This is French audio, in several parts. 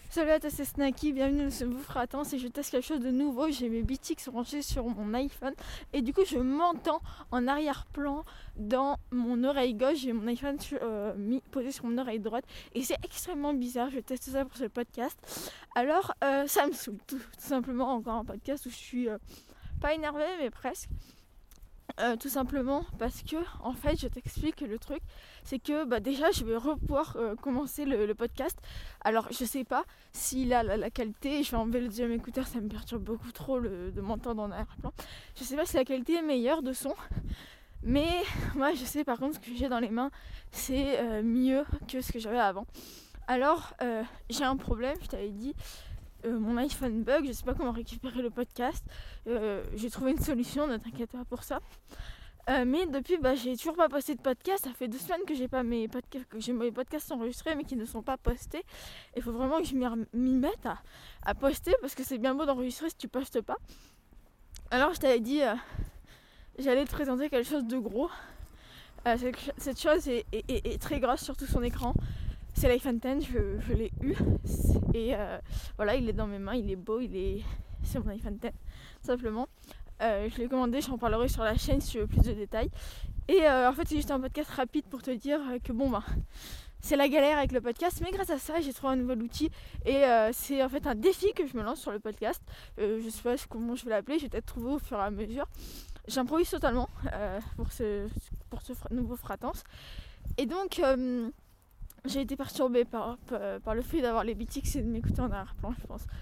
Salut à toi, c'est Snacky, bienvenue dans ce nouveau Fratance et je teste quelque chose de nouveau. J'ai mes beats rangés sur mon iPhone et du coup je m'entends en arrière-plan dans mon oreille gauche. J'ai mon iPhone posé sur mon oreille droite et c'est extrêmement bizarre. Je teste ça pour ce podcast. Alors ça me saoule tout simplement, encore un podcast où je suis pas énervée mais presque. Tout simplement parce que en fait je t'explique le truc, c'est que déjà je vais pouvoir commencer le podcast. Alors je sais pas s'il a la qualité, je vais enlever le deuxième écouteur, ça me perturbe beaucoup trop de m'entendre en arrière-plan. Je sais pas si la qualité est meilleure de son, mais moi je sais par contre ce que j'ai dans les mains c'est mieux que ce que j'avais avant. Alors j'ai un problème, je t'avais dit. Mon iPhone bug, je sais pas comment récupérer le podcast. J'ai trouvé une solution, ne t'inquiète pas pour ça. Mais depuis, j'ai toujours pas posté de podcast. Ça fait 2 semaines que j'ai pas mes podcasts enregistrés, mais qui ne sont pas postés. Il faut vraiment que je m'y mette à poster, parce que c'est bien beau d'enregistrer si tu postes pas. Alors je t'avais dit, j'allais te présenter quelque chose de gros. Cette chose est très grosse, surtout son écran. C'est l'iPhone X, je l'ai eu et voilà, il est dans mes mains, il est beau, c'est mon iPhone X simplement. Je l'ai commandé, j'en parlerai sur la chaîne si tu veux plus de détails. Et en fait c'est juste un podcast rapide pour te dire que c'est la galère avec le podcast, mais grâce à ça j'ai trouvé un nouvel outil et c'est en fait un défi que je me lance sur le podcast. Je sais pas comment je vais l'appeler, je vais peut-être trouver au fur et à mesure. J'improvise totalement pour ce nouveau Fratance. Et donc j'ai été perturbée par le fait d'avoir les BTX et de m'écouter en arrière-plan, je pense.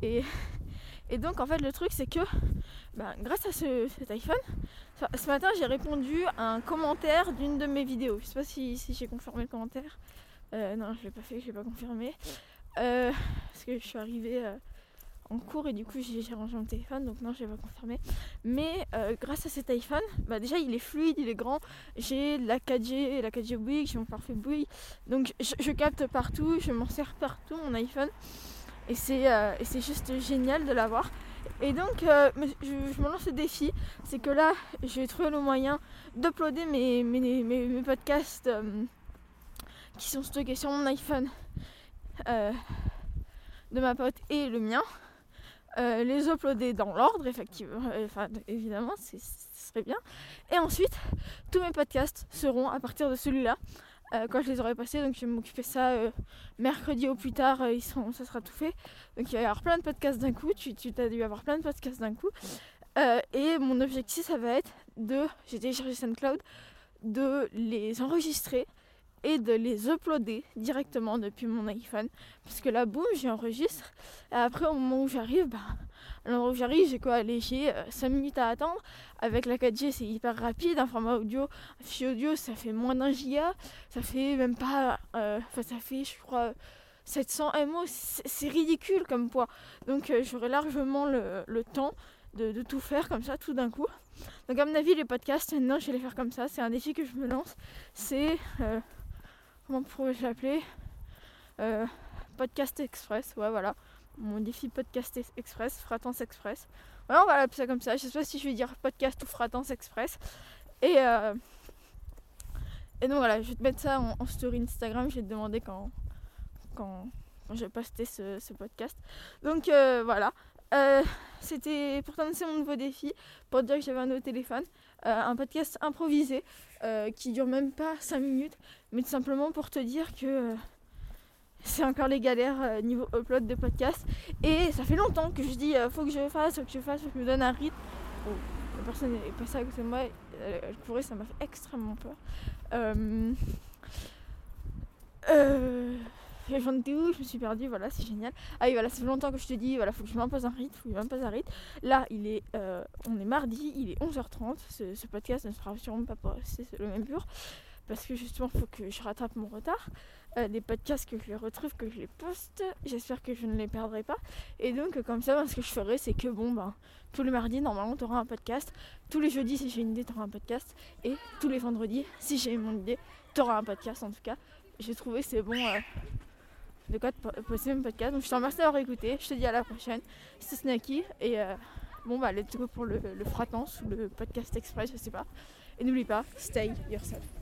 Et donc, en fait, le truc, c'est que grâce à cet iPhone, ce matin, j'ai répondu à un commentaire d'une de mes vidéos. Je sais pas si j'ai confirmé le commentaire. Non, je l'ai pas fait, je l'ai pas confirmé. Parce que je suis arrivée en cours et du coup j'ai rangé mon téléphone, donc non, je l'ai pas confirmé. Mais grâce à cet iPhone, déjà il est fluide, il est grand, j'ai la 4G Bouygues, j'ai mon forfait Bouygues, donc je capte partout, je m'en sers partout mon iPhone et c'est juste génial de l'avoir. Et donc je me lance le défi, c'est que là je vais trouver le moyen d'uploader mes podcasts qui sont stockés sur mon iPhone de ma pote et le mien. Les uploader dans l'ordre, effectivement, évidemment, ce serait bien. Et ensuite, tous mes podcasts seront à partir de celui-là, quand je les aurai passés. Donc je vais m'occuper de ça mercredi au plus tard, ça sera tout fait. Donc il va y avoir plein de podcasts d'un coup, tu as dû avoir plein de podcasts d'un coup. Et mon objectif, ça va être j'ai téléchargé SoundCloud, de les enregistrer et de les uploader directement depuis mon iPhone, parce que là boum j'enregistre et après au moment où j'arrive à l'endroit où j'arrive j'ai j'ai 5 minutes à attendre. Avec la 4G c'est hyper rapide, un format audio, un fichier audio ça fait moins d'1 giga, ça fait même pas ça fait je crois 700 MO, c'est ridicule comme poids, donc j'aurai largement le temps de tout faire comme ça tout d'un coup. Donc à mon avis les podcasts maintenant je vais les faire comme ça, c'est un défi que je me lance, c'est comment pourrais-je l'appeler, Podcast Express, ouais voilà, mon défi Podcast Express, Fratance Express. Ouais, on va l'appeler ça comme ça, je sais pas si je vais dire podcast ou Fratance Express. Et donc voilà, je vais te mettre ça en story Instagram, je vais te demander quand je vais poster ce podcast. Donc voilà, c'était pour t'annoncer mon nouveau défi, pour te dire que j'avais un nouveau téléphone, un podcast improvisé qui dure même pas 5 minutes, mais tout simplement pour te dire que c'est encore les galères niveau upload de podcast. Et ça fait longtemps que je dis faut que je fasse, faut que je me donne un rythme. Oh, la personne est passée à côté de moi, elle courait, ça m'a fait extrêmement peur. J'en étais où, je me suis perdue, voilà, c'est génial. Ah oui, voilà, ça fait longtemps que je te dis, voilà, faut que je m'impose un rythme, Là, on est mardi, il est 11h30, ce podcast ne sera sûrement pas posté le même jour, parce que justement, il faut que je rattrape mon retard. Des podcasts que je les retrouve, que je les poste, j'espère que je ne les perdrai pas. Et donc, comme ça, ce que je ferai, c'est que tous les mardis, normalement, tu auras un podcast. Tous les jeudis, si j'ai une idée, tu auras un podcast. Et tous les vendredis, si j'ai mon idée, tu auras un podcast, en tout cas. J'ai trouvé c'est bon de quoi poster mon podcast. Donc je te remercie d'avoir écouté. Je te dis à la prochaine. C'était Snacky. Et let's go pour le Fratance ou le podcast Express, je sais pas. Et n'oublie pas, stay yourself.